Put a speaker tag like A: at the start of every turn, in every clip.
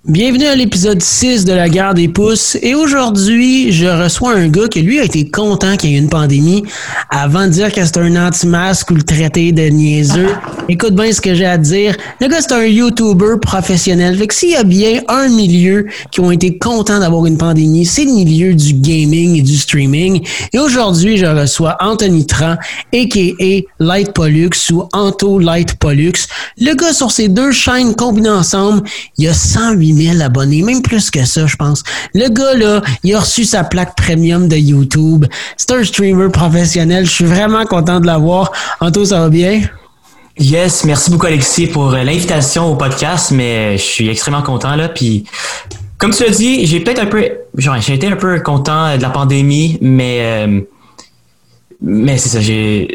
A: Bienvenue à l'épisode 6 de la guerre des pouces et aujourd'hui, je reçois un gars qui lui a été content qu'il y ait eu une pandémie avant de dire que c'est un anti-masque ou le traité de niaiseux. Écoute bien ce que j'ai à te dire. Le gars, c'est un YouTuber professionnel. Fait que s'il y a bien un milieu qui ont été contents d'avoir une pandémie, c'est le milieu du gaming et du streaming. Et aujourd'hui, je reçois Anthony Tran, a.k.a. Light Pollux ou Anto Light Pollux. Le gars, sur ses deux chaînes combinées ensemble, il y a 108 000 abonnés, même plus que ça, je pense. Le gars, là, il a reçu sa plaque premium de YouTube. C'est un streamer professionnel. Je suis vraiment content de l'avoir. Anto, ça va bien?
B: Yes, merci beaucoup Alexis pour l'invitation au podcast, mais je suis extrêmement content là. Puis, comme tu l'as dit, j'ai été un peu content de la pandémie, mais c'est ça,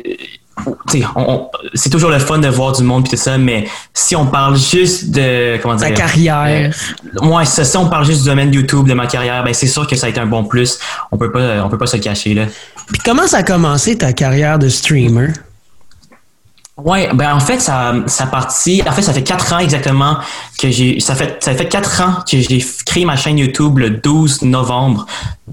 B: c'est toujours le fun de voir du monde puis tout ça, mais si on parle juste de
A: ta carrière,
B: si on parle juste du domaine YouTube de ma carrière, ben c'est sûr que ça a été un bon plus. On peut pas se le cacher là.
A: Puis comment ça a commencé ta carrière de streamer?
B: Ouais, ben en fait ça fait 4 ans exactement que ça fait 4 ans que j'ai créé ma chaîne YouTube le 12 novembre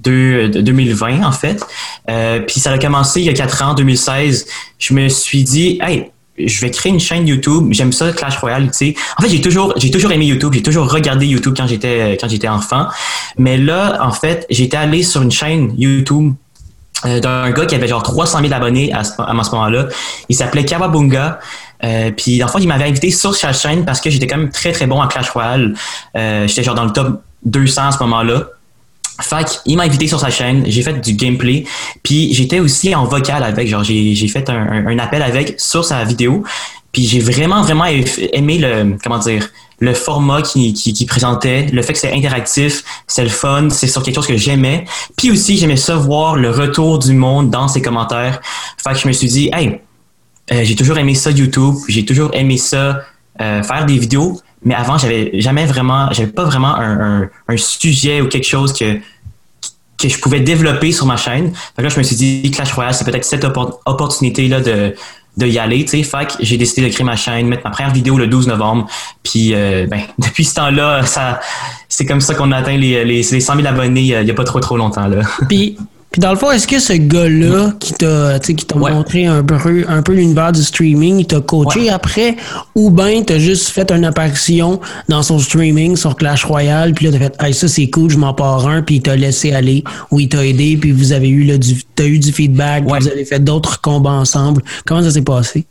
B: 2020 en fait. Puis ça a commencé il y a 4 ans, 2016. Je me suis dit hey, je vais créer une chaîne YouTube, j'aime ça Clash Royale, tu sais. En fait, j'ai toujours aimé YouTube, j'ai toujours regardé YouTube quand j'étais enfant. Mais là en fait, j'étais allé sur une chaîne YouTube d'un gars qui avait genre 300 000 abonnés à ce moment-là. Il s'appelait Kawabunga. Puis, dans le fond, il m'avait invité sur sa chaîne parce que j'étais quand même très, très bon à Clash Royale. J'étais genre dans le top 200 à ce moment-là. Fait qu'il m'a invité sur sa chaîne. J'ai fait du gameplay. Puis, j'étais aussi en vocal avec. Genre, j'ai fait un appel avec sur sa vidéo. Puis, j'ai vraiment, vraiment aimé le format qui présentait, le fait que c'est interactif, c'est le fun, c'est sur quelque chose que j'aimais. Puis aussi, j'aimais ça voir le retour du monde dans ses commentaires. Fait que je me suis dit, hey, j'ai toujours aimé ça YouTube, j'ai toujours aimé ça faire des vidéos, mais avant, j'avais pas vraiment un sujet ou quelque chose que je pouvais développer sur ma chaîne. Fait que là, je me suis dit, Clash Royale, c'est peut-être cette opportunité-là de y aller, tu sais. Fait que j'ai décidé de créer ma chaîne, mettre ma première vidéo le 12 novembre. Puis, depuis ce temps-là, c'est comme ça qu'on a atteint les 100 000 abonnés il y a pas trop longtemps, là.
A: Puis dans le fond, est-ce que ce gars-là qui t'a montré un peu l'univers du streaming, il t'a coaché après, ou bien t'as juste fait une apparition dans son streaming sur Clash Royale, puis là t'as fait « Hey, ça c'est cool, je m'en pars un », puis il t'a laissé aller, ou il t'a aidé, puis vous avez eu t'as eu du feedback, puis vous avez fait d'autres combats ensemble. Comment ça s'est passé?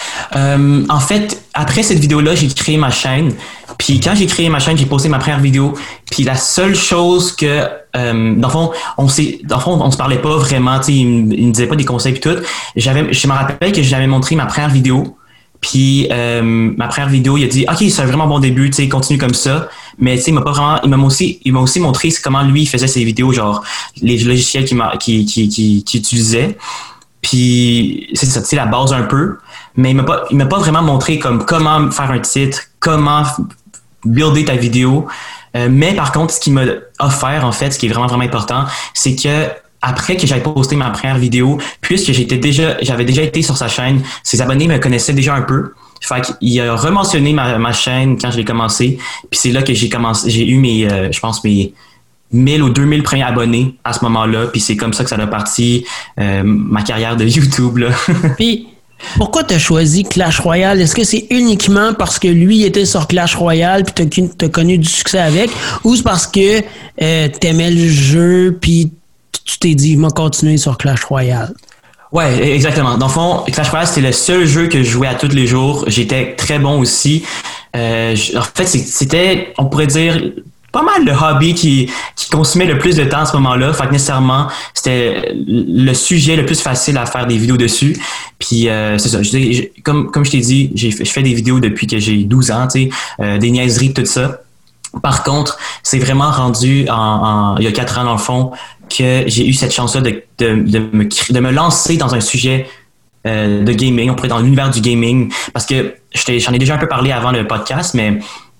B: En fait, après cette vidéo-là, j'ai créé ma chaîne. Puis quand j'ai créé ma chaîne, j'ai posté ma première vidéo. Puis la seule chose que, dans le fond, on se parlait pas vraiment. Tu sais, il me disait pas des conseils et tout. Je me rappelle que j'avais montré ma première vidéo. Puis ma première vidéo, il a dit, ok, c'est un vraiment bon début. Tu sais, continue comme ça. Mais tu sais, il m'a aussi montré comment lui il faisait ses vidéos, genre les logiciels qu'il utilisait. Puis c'est ça, tu sais, la base un peu. Mais il m'a pas vraiment montré comment faire un titre, comment builder ta vidéo. Mais par contre, ce qu'il m'a offert, en fait, ce qui est vraiment, vraiment important, c'est que après que j'avais posté ma première vidéo, puisque j'avais déjà été sur sa chaîne, ses abonnés me connaissaient déjà un peu. Fait qu'il a rementionné ma chaîne quand je l'ai commencé. Puis c'est là que j'ai eu je pense mes 1000 ou 2000 premiers abonnés à ce moment-là. Puis c'est comme ça que ça a parti ma carrière de YouTube, là.
A: Puis pourquoi tu as choisi Clash Royale? Est-ce que c'est uniquement parce que lui était sur Clash Royale puis t'as connu du succès avec, ou c'est parce que t'aimais le jeu puis tu t'es dit, je vais continuer sur Clash Royale?
B: Ouais, exactement. Dans le fond, Clash Royale, c'était le seul jeu que je jouais à tous les jours. J'étais très bon aussi. En fait, c'était, on pourrait dire, pas mal le hobby qui consumait le plus de temps à ce moment-là. Fait que nécessairement, c'était le sujet le plus facile à faire des vidéos dessus. Puis c'est ça. Comme je t'ai dit, je fais des vidéos depuis que j'ai 12 ans, tu sais, des niaiseries, tout ça. Par contre, c'est vraiment rendu il y a 4 ans dans le fond que j'ai eu cette chance-là de me lancer dans un sujet de gaming, on pourrait dans l'univers du gaming, parce que j'en ai déjà un peu parlé avant le podcast, mais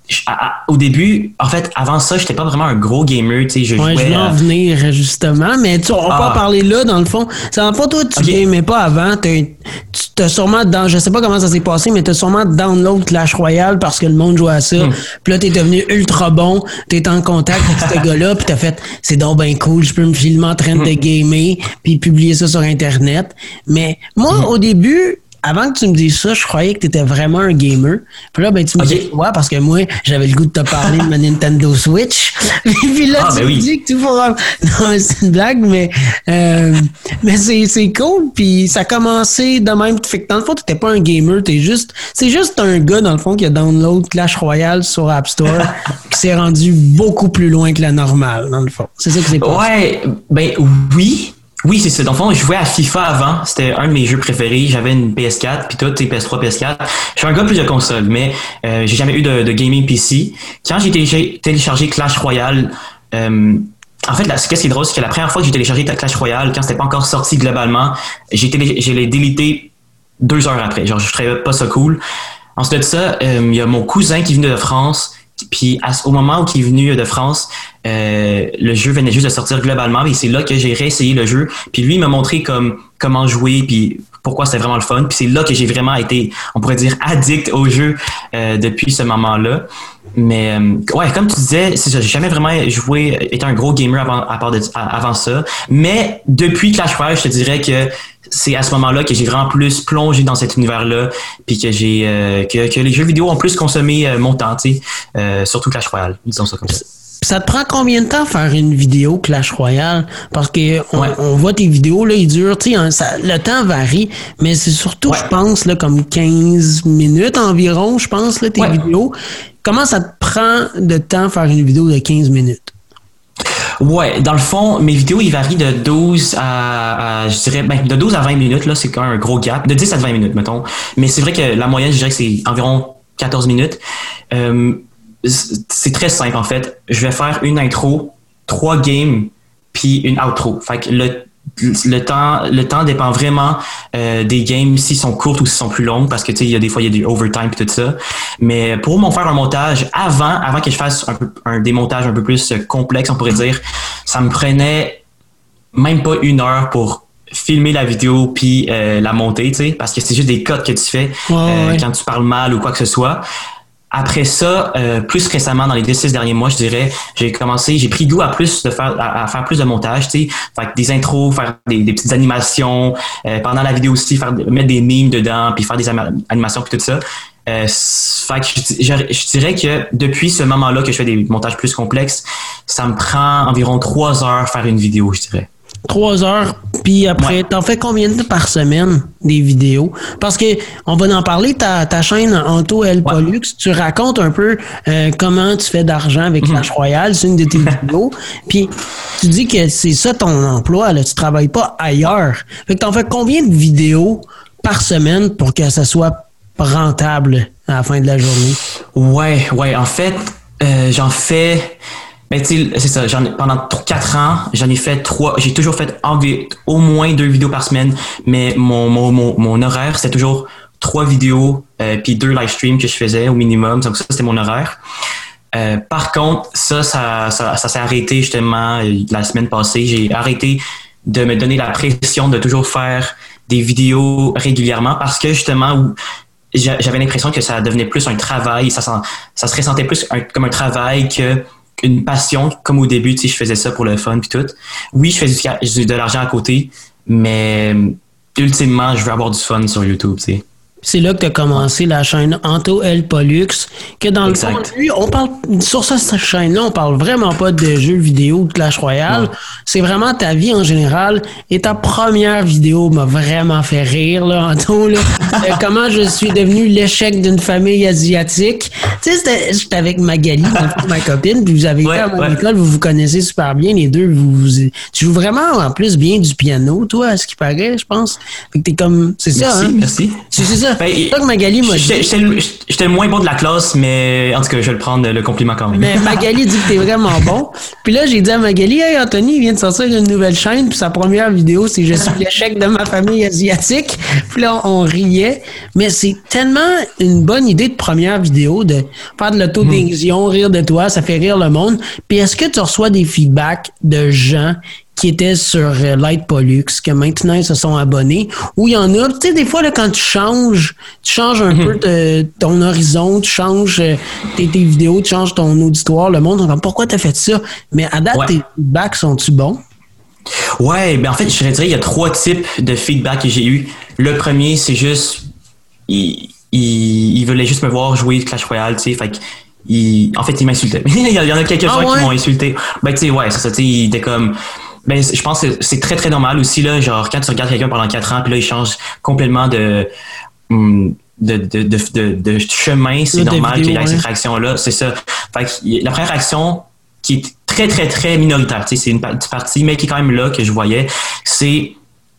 B: au début, en fait, avant ça, j'étais pas vraiment un gros gamer, tu sais, je jouais...
A: je voulais en venir, justement, mais on va pas parler là, dans le fond. C'est dans le fond, toi, tu gamais pas avant, tu t'as sûrement, je sais pas comment ça s'est passé, mais t'as sûrement download Clash Royale parce que le monde jouait à ça, puis là, t'es devenu ultra bon, t'es en contact avec ce gars-là, puis t'as fait, c'est donc ben cool, je peux me filmer en train de gamer, puis publier ça sur Internet, mais moi, au début... Avant que tu me dises ça, je croyais que tu étais vraiment un gamer. Puis là, ben, tu me dis ouais, parce que moi, j'avais le goût de te parler de ma Nintendo Switch. Puis là, tu me dis que tu pourras... Non, c'est une blague, mais c'est cool. Puis ça a commencé de même. Fait que dans le fond, tu n'étais pas un gamer. C'est juste un gars, dans le fond, qui a download Clash Royale sur App Store, qui s'est rendu beaucoup plus loin que la normale, dans le fond. C'est ça que c'est passé.
B: Ouais, ben oui. Oui, c'est ça. Dans le fond, je jouais à FIFA avant. C'était un de mes jeux préférés. J'avais une PS4, puis tout, PS3, PS4. Je suis un gars plus de console, mais j'ai jamais eu de gaming PC. Quand j'ai téléchargé Clash Royale, en fait, ce qui est drôle, c'est que la première fois que j'ai téléchargé Clash Royale, quand c'était pas encore sorti globalement, j'ai l'ai délité 2 heures après. Genre, je trouvais pas ça cool. Ensuite de ça, il y a mon cousin qui est venu de France. Puis au moment où il est venu de France, le jeu venait juste de sortir globalement, et c'est là que j'ai réessayé le jeu. Puis lui, il m'a montré comment jouer, puis pourquoi c'était vraiment le fun. Puis c'est là que j'ai vraiment été, on pourrait dire, addict au jeu depuis ce moment-là. Mais ouais, comme tu disais, c'est ça, j'ai jamais vraiment été un gros gamer avant ça. Mais depuis Clash Royale, je te dirais que c'est à ce moment-là que j'ai vraiment plus plongé dans cet univers-là, puis que que les jeux vidéo ont plus consommé mon temps, tu sais, surtout Clash Royale, disons ça comme ça.
A: Ça te prend combien de temps faire une vidéo Clash Royale? Parce que on voit tes vidéos, là, ils durent, tu sais, le temps varie, mais c'est surtout, je pense, là, comme 15 minutes environ, je pense, là, tes vidéos. Comment ça te prend de temps faire une vidéo de 15 minutes?
B: Ouais, dans le fond, mes vidéos, ils varient de 12 je dirais, de 12 à 20 minutes, là, c'est quand même un gros gap. De 10 à 20 minutes, mettons. Mais c'est vrai que la moyenne, je dirais que c'est environ 14 minutes. C'est très simple, en fait. Je vais faire une intro, 3 games, puis une outro. Fait que le temps dépend vraiment des games, s'ils sont courtes ou s'ils sont plus longues, parce que tu sais, il y a des fois, il y a du overtime et tout ça. Mais pour m'en faire un montage, avant que je fasse un démontage un peu plus complexe, on pourrait dire, ça me prenait même pas 1 heure pour filmer la vidéo puis la monter, tu sais, parce que c'est juste des cuts que tu fais quand tu parles mal ou quoi que ce soit. Après ça, plus récemment, dans les 10-6 derniers mois, je dirais, j'ai pris goût à faire plus de montage, tu sais, faire des intros, faire des petites animations, pendant la vidéo aussi, mettre des memes dedans, puis faire des animations puis tout ça. Fait que je dirais que depuis ce moment-là que je fais des montages plus complexes, ça me prend environ 3 heures faire une vidéo, je dirais.
A: 3 heures, puis après, t'en fais combien de temps par semaine des vidéos? Parce que on va en parler, ta chaîne Anto El Pollux, tu racontes un peu comment tu fais d'argent avec Clash Royale, c'est une de tes vidéos, puis tu dis que c'est ça ton emploi, là, tu travailles pas ailleurs. Fait que t'en fais combien de vidéos par semaine pour que ça soit rentable à la fin de la journée?
B: Ouais, en fait, j'en fais... Mais tu sais, c'est ça, pendant 4 ans, j'en ai fait 3, j'ai toujours fait au moins 2 vidéos par semaine, mais mon horaire, c'était toujours 3 vidéos, puis 2 live streams que je faisais au minimum, donc ça, c'était mon horaire. Par contre, ça s'est arrêté justement la semaine passée. J'ai arrêté de me donner la pression de toujours faire des vidéos régulièrement parce que justement, j'avais l'impression que ça devenait plus un travail, ça se ressentait plus comme un travail que une passion, comme au début, tu sais, je faisais ça pour le fun puis tout. Oui, je fais de l'argent à côté, mais ultimement, je veux avoir du fun sur YouTube, tu sais.
A: C'est là que tu as commencé la chaîne Anto El Pollux, que dans le fond, lui, on parle, sur cette chaîne-là, on parle vraiment pas de jeux vidéo de Clash Royale. Non. C'est vraiment ta vie en général. Et ta première vidéo m'a vraiment fait rire, là, Anto, là. Comment je suis devenu l'échec d'une famille asiatique. Tu sais, j'étais avec Magali, ma copine, puis vous avez été à mon école, vous vous connaissez super bien, les deux. Tu joues vraiment, en plus, bien du piano, toi, à ce qui paraît, je pense. Fait que t'es comme, c'est ça,
B: merci.
A: C'est ça. ça.
B: Ben,
A: C'est ça que Magali m'a dit.
B: J'étais le moins bon de la classe, mais en tout cas, je vais le prendre le compliment quand même.
A: Mais Magali dit que t'es vraiment bon. Puis là, j'ai dit à Magali, hey Anthony, il vient de sortir une nouvelle chaîne, puis sa première vidéo, c'est Je suis l'échec de ma famille asiatique. Puis là, on riait. Mais c'est tellement une bonne idée de première vidéo de faire de l'autodérision, rire de toi, ça fait rire le monde. Puis est-ce que tu reçois des feedbacks de gens qui étaient sur Light Pollux, que maintenant ils se sont abonnés, où il y en a, tu sais, des fois, là, quand tu changes un peu ton horizon, tu changes tes vidéos, tu changes ton auditoire, le monde, on dit pourquoi t'as fait ça? Mais à date, tes feedbacks sont-tu bons?
B: Ouais, ben en fait, je dirais il y a 3 types de feedback que j'ai eu. Le premier, c'est juste, il voulait juste me voir jouer Clash Royale, tu sais, fait en fait, il m'insultait. Il y en a quelques-uns qui m'ont insulté. Ben, tu sais, ouais, c'est ça, tu sais, il était comme... Ben, je pense que c'est très, très normal aussi, là. Genre, quand tu regardes quelqu'un pendant 4 ans, puis là, il change complètement de chemin, c'est normal qu'il y ait cette réaction-là. C'est ça. Fait que la première réaction, qui est très, très, très minoritaire, tu sais, c'est une partie, mais qui est quand même là, que je voyais, c'est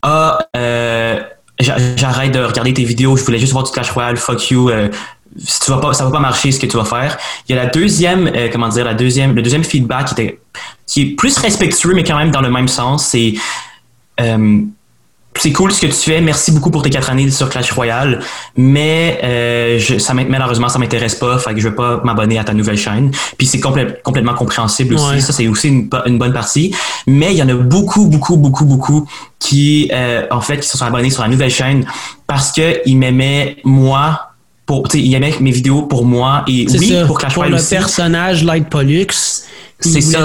B: j'arrête de regarder tes vidéos, je voulais juste voir du Clash Royale, fuck you, ça va pas marcher ce que tu vas faire. Il y a le deuxième feedback qui est plus respectueux, mais quand même dans le même sens. C'est cool ce que tu fais. Merci beaucoup pour tes 4 années sur Clash Royale, mais malheureusement, ça m'intéresse pas. Fait que je vais pas m'abonner à ta nouvelle chaîne. Puis c'est complètement compréhensible aussi. Ouais. Ça, c'est aussi une bonne partie. Mais il y en a beaucoup, beaucoup, beaucoup, beaucoup qui se sont abonnés sur la nouvelle chaîne parce que ils m'aimaient moi. Il aimait mes vidéos pour moi et pour Clash Royale aussi.
A: Pour le personnage Light Pollux.
B: C'est ça.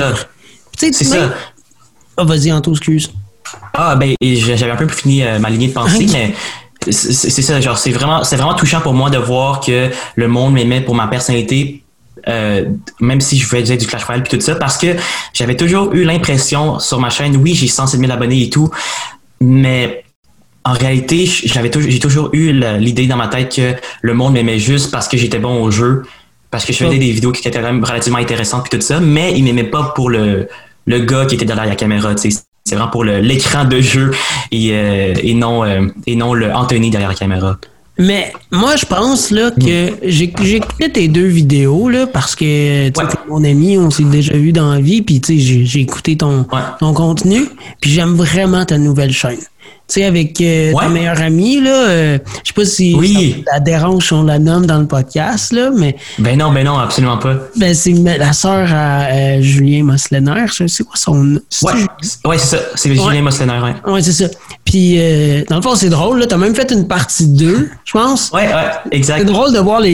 A: Oh, vas-y, Anto, excuse.
B: J'avais un peu fini ma lignée de pensée, mais c'est ça, genre, c'est vraiment touchant pour moi de voir que le monde m'aimait pour ma personnalité, même si je faisais du Clash Royale et tout ça, parce que j'avais toujours eu l'impression sur ma chaîne, oui, j'ai 107 000 abonnés et tout, mais en réalité, j'ai toujours eu l'idée dans ma tête que le monde m'aimait juste parce que j'étais bon au jeu, parce que je faisais des vidéos qui étaient quand même relativement intéressantes et tout ça, mais ils m'aimaient pas pour le gars qui était derrière la caméra, tu sais. C'est vraiment pour l'écran de jeu et non le Anthony derrière la caméra.
A: Mais moi, je pense là que j'ai écouté tes 2 vidéos là, parce que t'es mon ami, on s'est déjà vu dans la vie, puis j'ai écouté ton contenu, puis j'aime vraiment ta nouvelle chaîne. Tu sais, avec ta meilleure amie, là, je sais pas si ça la dérange si on la nomme dans le podcast, là, mais...
B: Ben non, absolument pas.
A: Ben, c'est la sœur à Julien Moslener, c'est quoi son nom?
B: Ouais, c'est ça, c'est Julien Moslener, ouais.
A: Ouais, c'est ça. Puis, dans le fond, c'est drôle, là, t'as même fait une partie 2, je pense.
B: Ouais, exact.
A: C'est drôle de voir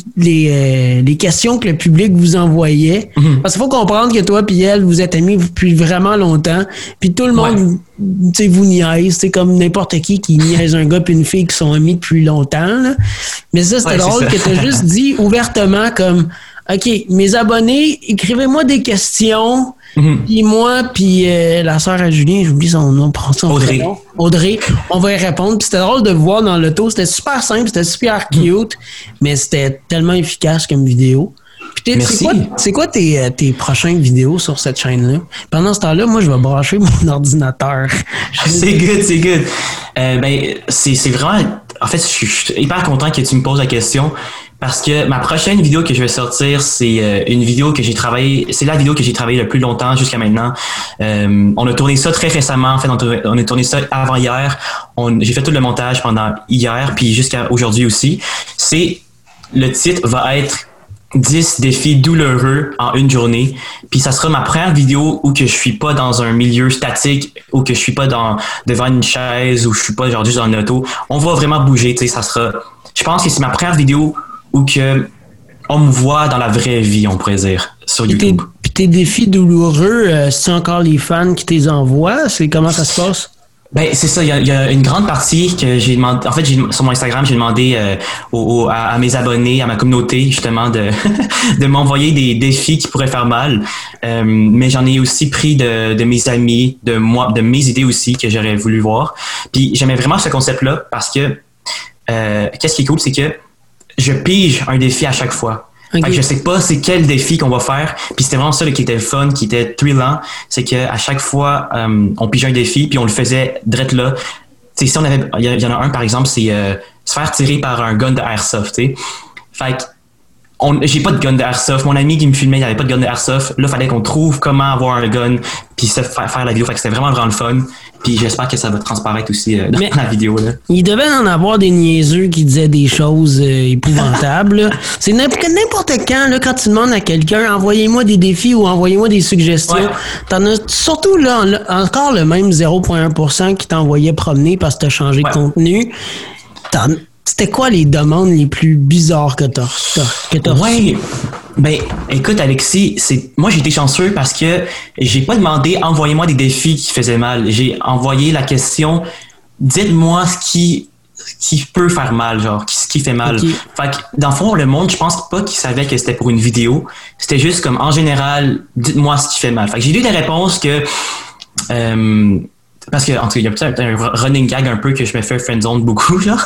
A: les questions que le public vous envoyait, parce qu'il faut comprendre que toi puis elle, vous êtes amis depuis vraiment longtemps, puis tout le monde... Tu sais, vous niaise, c'est comme n'importe qui niaise un gars puis une fille qui sont amis depuis longtemps, là. Mais ça, c'était drôle que tu as juste dit ouvertement comme, OK, mes abonnés, écrivez-moi des questions, puis moi, puis la sœur à Julien, j'oublie son nom, Audrey, on va y répondre. Puis c'était drôle de voir dans l'auto, c'était super simple, c'était super cute, mais c'était tellement efficace comme vidéo. C'est quoi tes prochaines vidéos sur cette chaîne-là? Pendant ce temps-là, moi, je vais brancher mon ordinateur.
B: C'est good. C'est vraiment... En fait, je suis hyper content que tu me poses la question parce que ma prochaine vidéo que je vais sortir, c'est une vidéo que j'ai travaillé... C'est la vidéo que j'ai travaillé le plus longtemps jusqu'à maintenant. On a tourné ça très récemment. En fait, on a tourné ça avant hier. J'ai fait tout le montage pendant hier, puis jusqu'à aujourd'hui aussi. Le titre va être 10 défis douloureux en une journée. Puis ça sera ma première vidéo où que je suis pas dans un milieu statique, où que je suis pas devant une chaise, où je suis pas genre juste dans une auto. On va vraiment bouger, tu sais, ça sera... Je pense que c'est ma première vidéo où que on me voit dans la vraie vie, on pourrait dire, sur YouTube.
A: Puis tes défis douloureux, c'est encore les fans qui t'es envoient? Comment ça se passe?
B: Ben c'est ça, il y a une grande partie que j'ai demandé. En fait, sur mon Instagram, j'ai demandé à mes abonnés, à ma communauté, justement, de m'envoyer des défis qui pourraient faire mal. Mais j'en ai aussi pris de mes amis, de mes idées aussi que j'aurais voulu voir. Puis j'aimais vraiment ce concept-là parce que qu'est-ce qui est cool, c'est que je pige un défi à chaque fois. Okay. Fait que je sais pas c'est quel défi qu'on va faire. Puis c'était vraiment ça qui était fun, qui était thrillant. C'est qu'à chaque fois, on pigeait un défi, puis on le faisait direct là. T'sais, si on avait, il y en a un par exemple, c'est se faire tirer par un gun de airsoft, tu sais. Fait que j'ai pas de gun de airsoft. Mon ami qui me filmait, il avait pas de gun de airsoft. Là, il fallait qu'on trouve comment avoir un gun puis faire la vidéo. Fait que c'était vraiment le fun. Puis j'espère que ça va transparaître aussi dans la vidéo. Là.
A: Il devait en avoir des niaiseux qui disaient des choses épouvantables. Là. C'est n'importe quand, là, quand tu demandes à quelqu'un, envoyez-moi des défis ou envoyez-moi des suggestions. Ouais. T'en as surtout là encore le même 0,1% qui t'envoyait promener parce que t'as changé de contenu. C'était quoi les demandes les plus bizarres que t'as reçues?
B: Ben, écoute, Alexis, moi, j'ai été chanceux parce que j'ai pas demandé « envoyez-moi des défis qui faisaient mal ». J'ai envoyé la question « dites-moi ce qui peut faire mal, genre, ce qui fait mal okay. ». Fait que, dans le fond, le monde, je pense pas qu'il savait que c'était pour une vidéo. C'était juste comme, en général, dites-moi ce qui fait mal. Fait que j'ai lu des réponses que... parce que, en tout cas, il y a peut-être un running gag un peu que je me fais friendzone beaucoup, genre.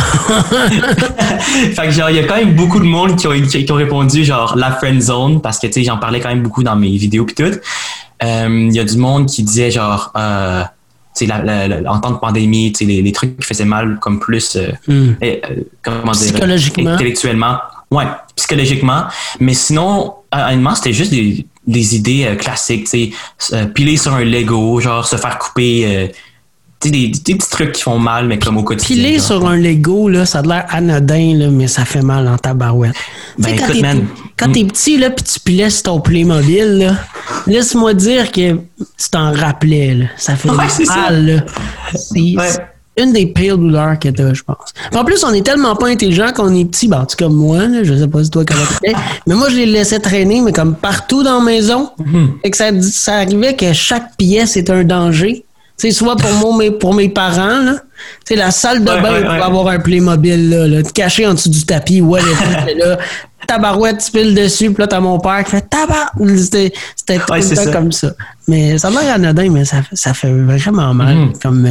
B: Fait que, genre, il y a quand même beaucoup de monde qui ont répondu, genre, la friendzone, parce que, tu sais, j'en parlais quand même beaucoup dans mes vidéos pis tout. Il y a du monde qui disait, genre, tu sais, en temps de pandémie, tu sais, les trucs qui faisaient mal, comme plus, comment dire,
A: psychologiquement.
B: Intellectuellement. Ouais, psychologiquement. Mais sinon, honnêtement, c'était juste des idées classiques, tu sais, piler sur un Lego, genre se faire couper, tu sais, des petits trucs qui font mal, mais comme au quotidien.
A: Piler genre. Sur un Lego, là, ça a l'air anodin, là, mais ça fait mal en tabarouette.
B: Ben écoute,
A: quand t'es petit, là, pis tu pilais sur ton Playmobil, là, laisse-moi dire que tu t'en rappelais, là. Ça fait mal, là. C'est une des pires douleurs que t'as, je pense. En plus, on est tellement pas intelligent qu'on est petit, ben, en tout cas moi, là, je sais pas si toi comment tu fais, mais moi je les laissais traîner, mais comme partout dans la maison. Fait que ça arrivait que chaque pièce est un danger. Tu sais, soit pour mes parents, là. Tu sais, la salle de bain pour avoir un Playmobil, là, caché en dessous du tapis, là. Tabarouette, tu piles dessus, puis là, t'as mon père qui fait C'était tout le temps comme ça. Mais ça m'a l'air anodin, mais ça fait vraiment mal comme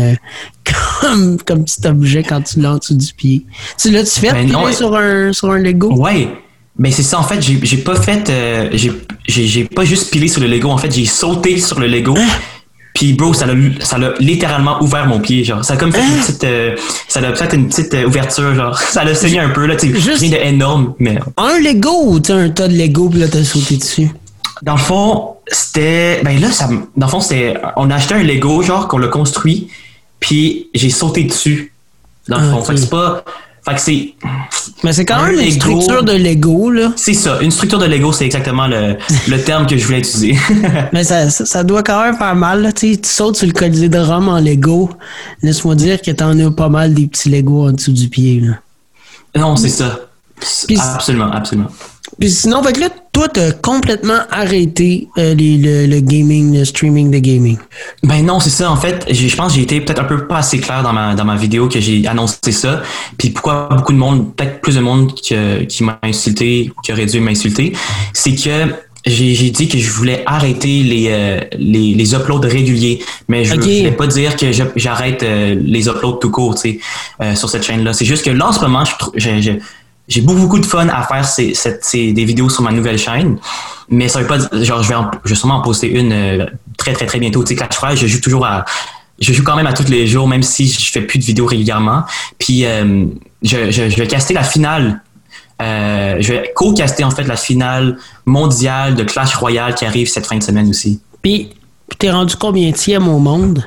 A: petit objet quand tu l'as en dessous du pied. Tu l'as-tu fait piler sur un Lego?
B: Ouais. Mais c'est ça, en fait, j'ai pas fait... j'ai pas juste pilé sur le Lego, en fait, j'ai sauté sur le Lego. Puis bro, ça l'a littéralement ouvert mon pied, genre. Ça a comme fait une petite... ça a fait une petite ouverture, genre. Ça l'a saigné un peu, là, tu sais. Rien d'énorme, mais...
A: Un Lego ou t'as un tas de Lego puis là t'as sauté dessus?
B: Dans le fond, c'était... Ben là, dans le fond, c'était... On a acheté un Lego, genre, qu'on l'a construit, puis j'ai sauté dessus. Dans le fond. Fait que c'est pas... Fait que c'est...
A: Mais c'est quand même une structure de Lego, là.
B: C'est ça. Une structure de Lego, c'est exactement le terme que je voulais utiliser.
A: Mais ça doit quand même faire mal, là. Tu sautes sur le Colisée de Rome en Lego. Laisse-moi dire que t'en as pas mal des petits Legos en dessous du pied, là.
B: Non, c'est ça. Puis, absolument.
A: Puis sinon, fait que là, toi, t'as complètement arrêté le gaming, le streaming de gaming.
B: Ben non, c'est ça. En fait, je pense que j'ai été peut-être un peu pas assez clair dans ma vidéo que j'ai annoncé ça. Puis pourquoi beaucoup de monde, peut-être plus de monde qui m'a insulté ou qui aurait dû m'insulter, c'est que j'ai dit que je voulais arrêter les uploads réguliers. Mais je voulais pas dire que j'arrête les uploads tout court, tu sais, sur cette chaîne-là. C'est juste que là, en ce moment, j'ai beaucoup de fun à faire des vidéos sur ma nouvelle chaîne, mais ça veut pas dire, genre, je vais sûrement en poster une très, très, très bientôt. Tu sais, Clash Royale, je joue quand même à tous les jours, même si je fais plus de vidéos régulièrement. Puis, je vais caster la finale. Je vais co-caster, en fait, la finale mondiale de Clash Royale qui arrive cette fin de semaine aussi.
A: Puis, t'es rendu combienième au monde?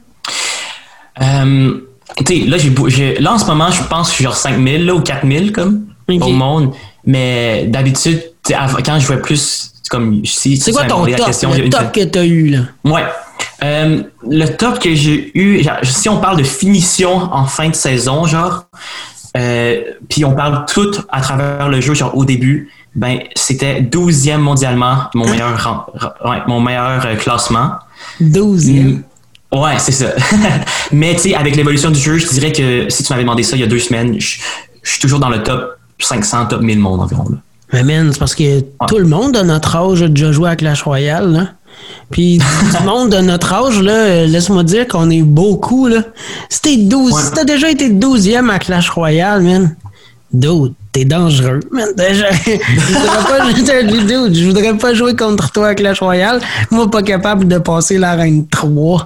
B: Tu sais, là, en ce moment, je pense que je suis genre 5000 là, ou 4000 comme au monde. Mais d'habitude, quand je vois plus, comme si...
A: C'est quoi ton top, le top que tu as eu, là?
B: Ouais. Le top que j'ai eu, genre, si on parle de finition en fin de saison, genre, puis on parle tout à travers le jeu, genre au début, ben c'était 12e mondialement, mon meilleur classement.
A: 12e?
B: Ouais, c'est ça. Mais tu sais, avec l'évolution du jeu, je dirais que si tu m'avais demandé ça il y a 2 semaines, je suis toujours dans le top 500, top 1000 monde environ. Là.
A: Mais man, c'est parce que tout le monde de notre âge a déjà joué à Clash Royale, là. Puis du monde de notre âge, là, laisse-moi dire qu'on est beaucoup, là. Si t'as déjà été 12e à Clash Royale, man, dude, T'es dangereux. Je voudrais pas jouer contre toi à Clash Royale. Moi, pas capable de passer l'arène 3.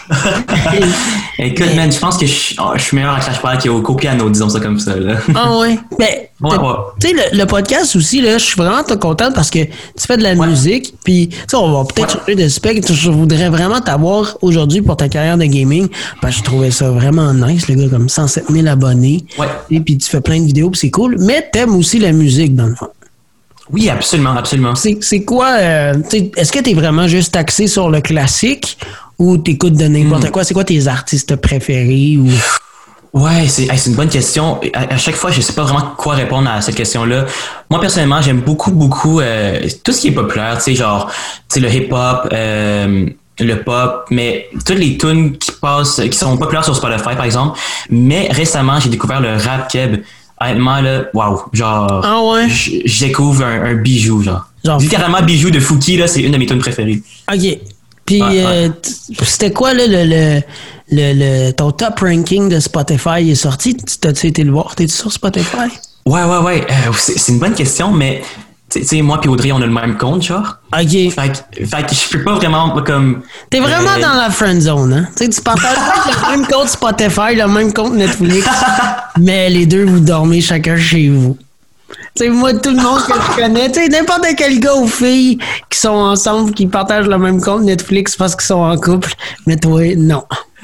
B: Écoute, man, je pense que je suis meilleur à Clash Royale qu'au piano, disons ça comme ça. Là.
A: Ah ouais. Mais, tu sais, le podcast aussi, là, je suis vraiment content parce que tu fais de la musique. Puis, tu sais, on va peut-être changer de spectre. Je voudrais vraiment t'avoir aujourd'hui pour ta carrière de gaming. Parce que je trouvais ça vraiment nice, le gars, comme 107 000 abonnés.
B: Ouais.
A: Et puis, tu fais plein de vidéos, puis c'est cool. Mais t'aimes aussi la musique, dans le fond.
B: Oui, absolument, absolument.
A: C'est quoi, est-ce que t'es vraiment juste axé sur le classique ou t'écoutes de n'importe quoi? C'est quoi tes artistes préférés? Ou...
B: Ouais, c'est une bonne question. À chaque fois, je sais pas vraiment quoi répondre à cette question-là. Moi, personnellement, j'aime beaucoup tout ce qui est populaire, tu sais, genre, tu sais, le hip-hop, le pop, mais toutes les tunes qui sont populaires sur Spotify, par exemple. Mais récemment, j'ai découvert le rap keb. Honnêtement, là, waouh, genre,
A: ah ouais?
B: je découvre un bijou, genre. Littéralement, bijou de Fouki, là, c'est une de mes tunes préférées.
A: OK. Puis, c'était quoi, là, ton top ranking de Spotify est sorti? T'as-tu été le voir? T'es-tu sur Spotify?
B: Ouais. C'est une bonne question, mais, tu sais, moi puis Audrey, on a le même compte, genre.
A: OK.
B: Fait que je peux pas vraiment, comme...
A: T'es vraiment dans la friend zone, hein? Tu sais, tu partages pas le même compte Spotify, le même compte Netflix, mais les deux, vous dormez chacun chez vous. Tu sais, moi, tout le monde que je connais, tu sais, n'importe quel gars ou fille qui sont ensemble, qui partagent le même compte Netflix parce qu'ils sont en couple, mais toi, non.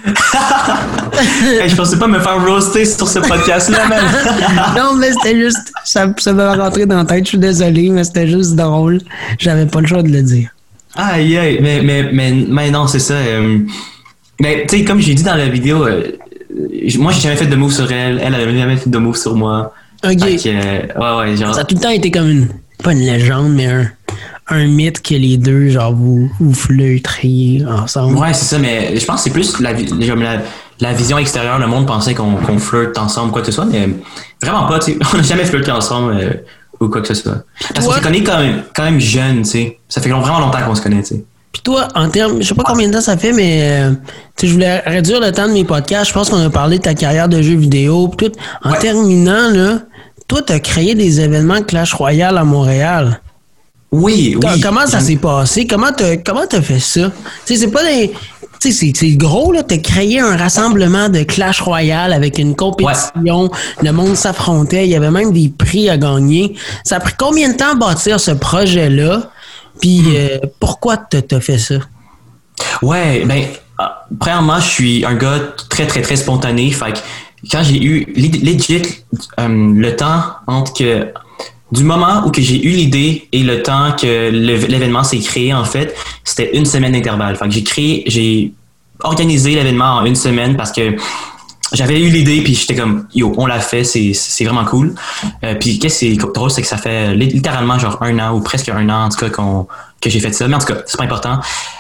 B: Hey, je pensais pas me faire roaster sur ce podcast-là, même.
A: Non, mais c'était juste, ça m'a rentré dans la tête, je suis désolé, mais c'était juste drôle. J'avais pas le choix de le dire.
B: Aïe, mais non, c'est ça. Mais, tu sais, comme j'ai dit dans la vidéo, moi, j'ai jamais fait de move sur elle, elle avait jamais fait de move sur moi.
A: OK.
B: Ouais, genre...
A: Ça a tout le temps été comme pas une légende, mais un mythe que les deux, genre, vous flirteriez ensemble.
B: Ouais, c'est ça, mais je pense que c'est plus la vision extérieure. Le monde pensait qu'on flirte ensemble, quoi que ce soit, mais vraiment pas, tu sais. On n'a jamais flirté ensemble ou quoi que ce soit. Parce qu'on se connaît quand même jeune, tu sais. Ça fait vraiment longtemps qu'on se connaît, tu sais.
A: Puis toi, en termes, je sais pas combien de temps ça fait, mais tu sais, je voulais réduire le temps de mes podcasts. Je pense qu'on a parlé de ta carrière de jeux vidéo, pis tout. En terminant, là, toi, t'as créé des événements Clash Royale à Montréal.
B: Oui.
A: Comment ça s'est passé? Comment t'as fait ça? Tu sais, c'est pas des... Tu sais, c'est gros, là. T'as créé un rassemblement de Clash Royale avec une compétition. Le monde s'affrontait. Il y avait même des prix à gagner. Ça a pris combien de temps à bâtir ce projet-là? Puis pourquoi t'as fait ça? Ouais,
B: ben, premièrement, je suis un gars très, très, très spontané. Fait que quand j'ai eu legit le temps entre que du moment où que j'ai eu l'idée et le temps que l'événement s'est créé, en fait, c'était une semaine d'intervalle. Fait que j'ai organisé l'événement en une semaine parce que j'avais eu l'idée puis j'étais comme yo, on l'a fait, c'est vraiment cool. Puis qu'est-ce qui est drôle, c'est que ça fait littéralement genre 1 an ou presque 1 an en tout cas que j'ai fait ça. Mais en tout cas, c'est pas important.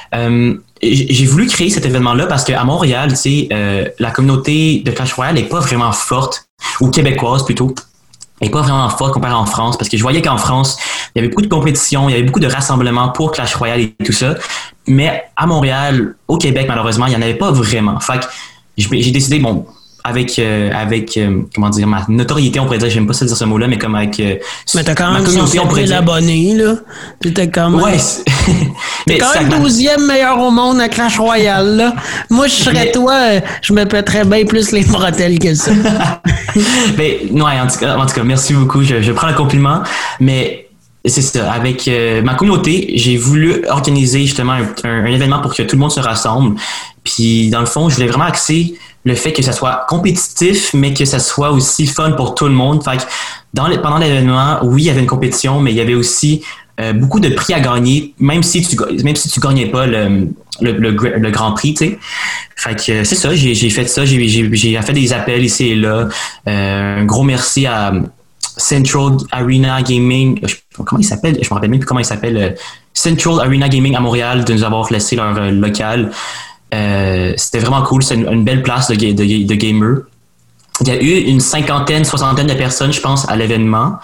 B: J'ai voulu créer cet événement-là parce qu'à Montréal, tu sais, la communauté de Clash Royale n'est pas vraiment forte, ou québécoise plutôt. Elle n'est pas vraiment forte comparée en France, parce que je voyais qu'en France, il y avait beaucoup de compétitions, il y avait beaucoup de rassemblements pour Clash Royale et tout ça. Mais à Montréal, au Québec, malheureusement, il n'y en avait pas vraiment. Fait que j'ai décidé, bon, avec comment dire, ma notoriété, on pourrait dire, j'aime pas ça dire ce mot-là, mais comme avec
A: mais t'as quand même 107 000 abonnés, là. T'étais quand même...
B: Ouais,
A: t'es quand même 12e meilleur au monde à Clash Royale, là. Moi, je serais toi, je me pèterais bien plus les bretelles que ça.
B: Mais, ouais, en tout cas, merci beaucoup, je prends le compliment, mais c'est ça, avec ma communauté, j'ai voulu organiser justement un événement pour que tout le monde se rassemble. Puis, dans le fond, je voulais vraiment axer le fait que ça soit compétitif, mais que ça soit aussi fun pour tout le monde. Fait que pendant l'événement, oui, il y avait une compétition, mais il y avait aussi beaucoup de prix à gagner, même si tu gagnais pas le grand prix, tu sais. Fait que c'est ça, j'ai fait ça, j'ai fait des appels ici et là. Un gros merci à Central Arena Gaming. Comment il s'appelle? Je me rappelle même plus comment il s'appelle. Central Arena Gaming à Montréal de nous avoir laissé leur local. C'était vraiment cool, c'est une belle place de gamer. Il y a eu une 50aine, 60aine de personnes, je pense, à l'événement.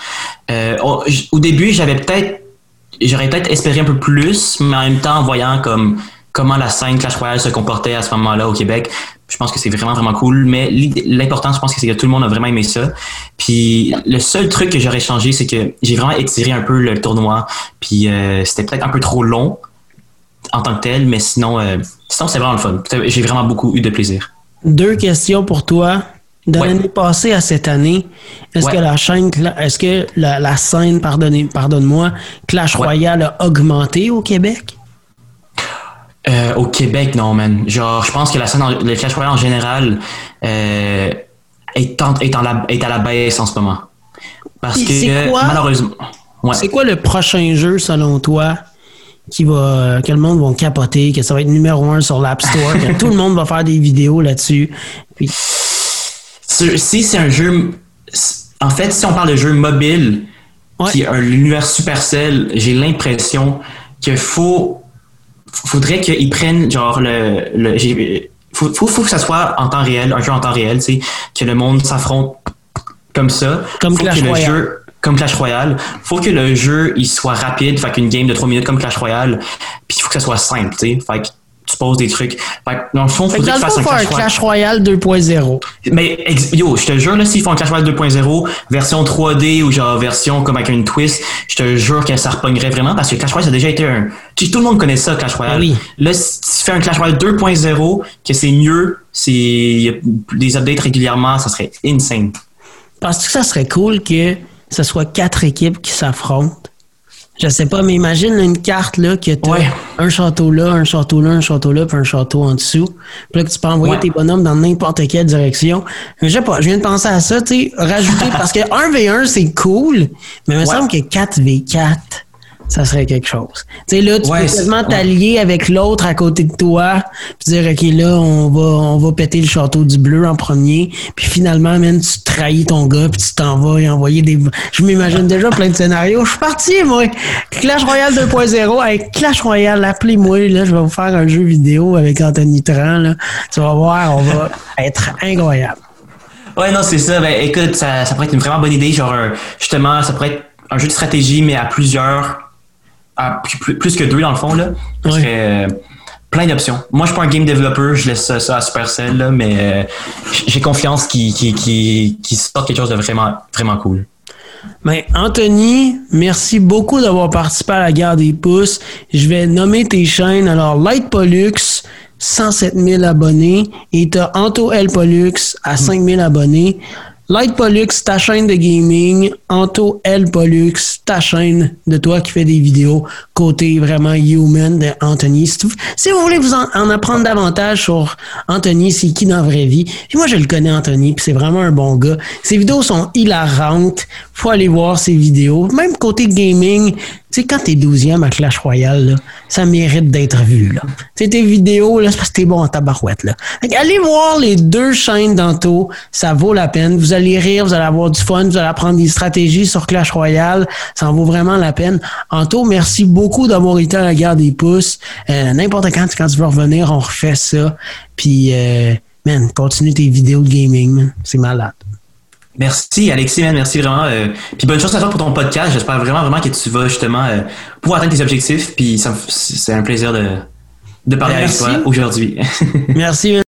B: Au début, j'aurais peut-être espéré un peu plus, mais en même temps, en voyant comment la scène Clash Royale se comportait à ce moment-là au Québec, Je pense que c'est vraiment, vraiment cool. Mais l'important, je pense que c'est que tout le monde a vraiment aimé ça. Puis le seul truc que j'aurais changé, c'est que j'ai vraiment étiré un peu le tournoi. Puis c'était peut-être un peu trop long en tant que tel, mais sinon c'est vraiment le fun. J'ai vraiment beaucoup eu de plaisir.
A: 2 questions pour toi. De l'année passée à cette année, est-ce que la chaîne, est-ce que la scène, pardonne-moi, Clash Royale a augmenté au Québec?
B: Au Québec, non, man. Genre, je pense que la scène, le Clash Royale en général est à la baisse en ce moment. Parce que, malheureusement... Ouais.
A: C'est quoi le prochain jeu, selon toi, que le monde va capoter, que ça va être numéro 1 sur l'App Store, que tout le monde va faire des vidéos là-dessus? Puis...
B: Si c'est un jeu... En fait, si on parle de jeu mobile, qui est l'univers Supercell, j'ai l'impression qu'il faudrait qu'ils prennent genre faut que ça soit en temps réel, un jeu en temps réel, tu sais, que le monde s'affronte comme ça.
A: Comme Clash Royale.
B: Comme Clash Royale. Faut que le jeu il soit rapide, fait qu'une game de 3 minutes comme Clash Royale, puis il faut que ça soit simple, tu sais. Fait que tu poses des trucs. Fait que dans le fond, faudrait que tu fasses
A: un Clash Royale 2.0.
B: Mais je te jure, là, s'ils font un Clash Royale 2.0, version 3D ou genre version comme avec une twist, je te jure que ça repognerait vraiment parce que Clash Royale, ça a déjà été tout le monde connaît ça, Clash Royale.
A: Oui.
B: Là, si tu fais un Clash Royale 2.0, que c'est mieux, il y a des updates régulièrement, ça serait insane.
A: Penses-tu que ça serait cool que ce soit 4 équipes qui s'affrontent? Je sais pas, mais imagine une carte là que tu as un château là, un château là, un château là, puis un château en dessous. Puis là que tu peux envoyer tes bonhommes dans n'importe quelle direction. Je sais pas, je viens de penser à ça, tu sais, rajouter parce que 1v1 c'est cool, mais il me semble que 4v4 ça serait quelque chose. Tu sais, là, tu peux quasiment t'allier avec l'autre à côté de toi, puis dire, OK, là, on va péter le château du bleu en premier, puis finalement, man, tu trahis ton gars, puis tu t'en vas y envoyer des... Je m'imagine déjà plein de scénarios. Je suis parti, moi! Clash Royale 2.0, avec Clash Royale, appelez-moi, là, je vais vous faire un jeu vidéo avec Anthony Tran, là. Tu vas voir, on va être incroyable.
B: Ouais, non, c'est ça. Ben, écoute, ça pourrait être une vraiment bonne idée, genre, justement, ça pourrait être un jeu de stratégie, mais à plusieurs... plus que 2 dans le fond là. Ça serait plein d'options. Moi je suis pas un game developer, je laisse ça à Supercell là, mais j'ai confiance qu'il sorte quelque chose de vraiment vraiment cool.
A: Ben, Anthony, merci beaucoup d'avoir participé à la guerre des pouces. Je vais nommer tes chaînes. Alors, Light Pollux, 107 000 abonnés, et t'as Anto L Pollux à 5 000 abonnés. Light Pollux, ta chaîne de gaming. Anto L Pollux, ta chaîne de toi qui fais des vidéos côté vraiment human de Anthony. Si vous voulez vous en apprendre davantage sur Anthony, c'est qui dans la vraie vie. Puis moi, je le connais, Anthony, puis c'est vraiment un bon gars. Ses vidéos sont hilarantes. Faut aller voir ses vidéos. Même côté gaming, tu sais, quand t'es 12e à Clash Royale, là, ça mérite d'être vu, là. Tu sais, tes vidéos, là, c'est parce que t'es bon en tabarouette, là. Donc, allez voir les 2 chaînes d'Anto. Ça vaut la peine. Vous allez rire, vous allez avoir du fun, vous allez apprendre des stratégies sur Clash Royale. Ça en vaut vraiment la peine. Anto, merci beaucoup d'avoir été à la guerre des pouces. N'importe quand tu veux revenir, on refait ça. Puis, man, continue tes vidéos de gaming, man. C'est malade.
B: Merci Alexis, man, merci vraiment. Puis bonne chance à toi pour ton podcast. J'espère vraiment que tu vas justement pouvoir atteindre tes objectifs. Puis c'est un plaisir de parler avec toi aujourd'hui.
A: Merci.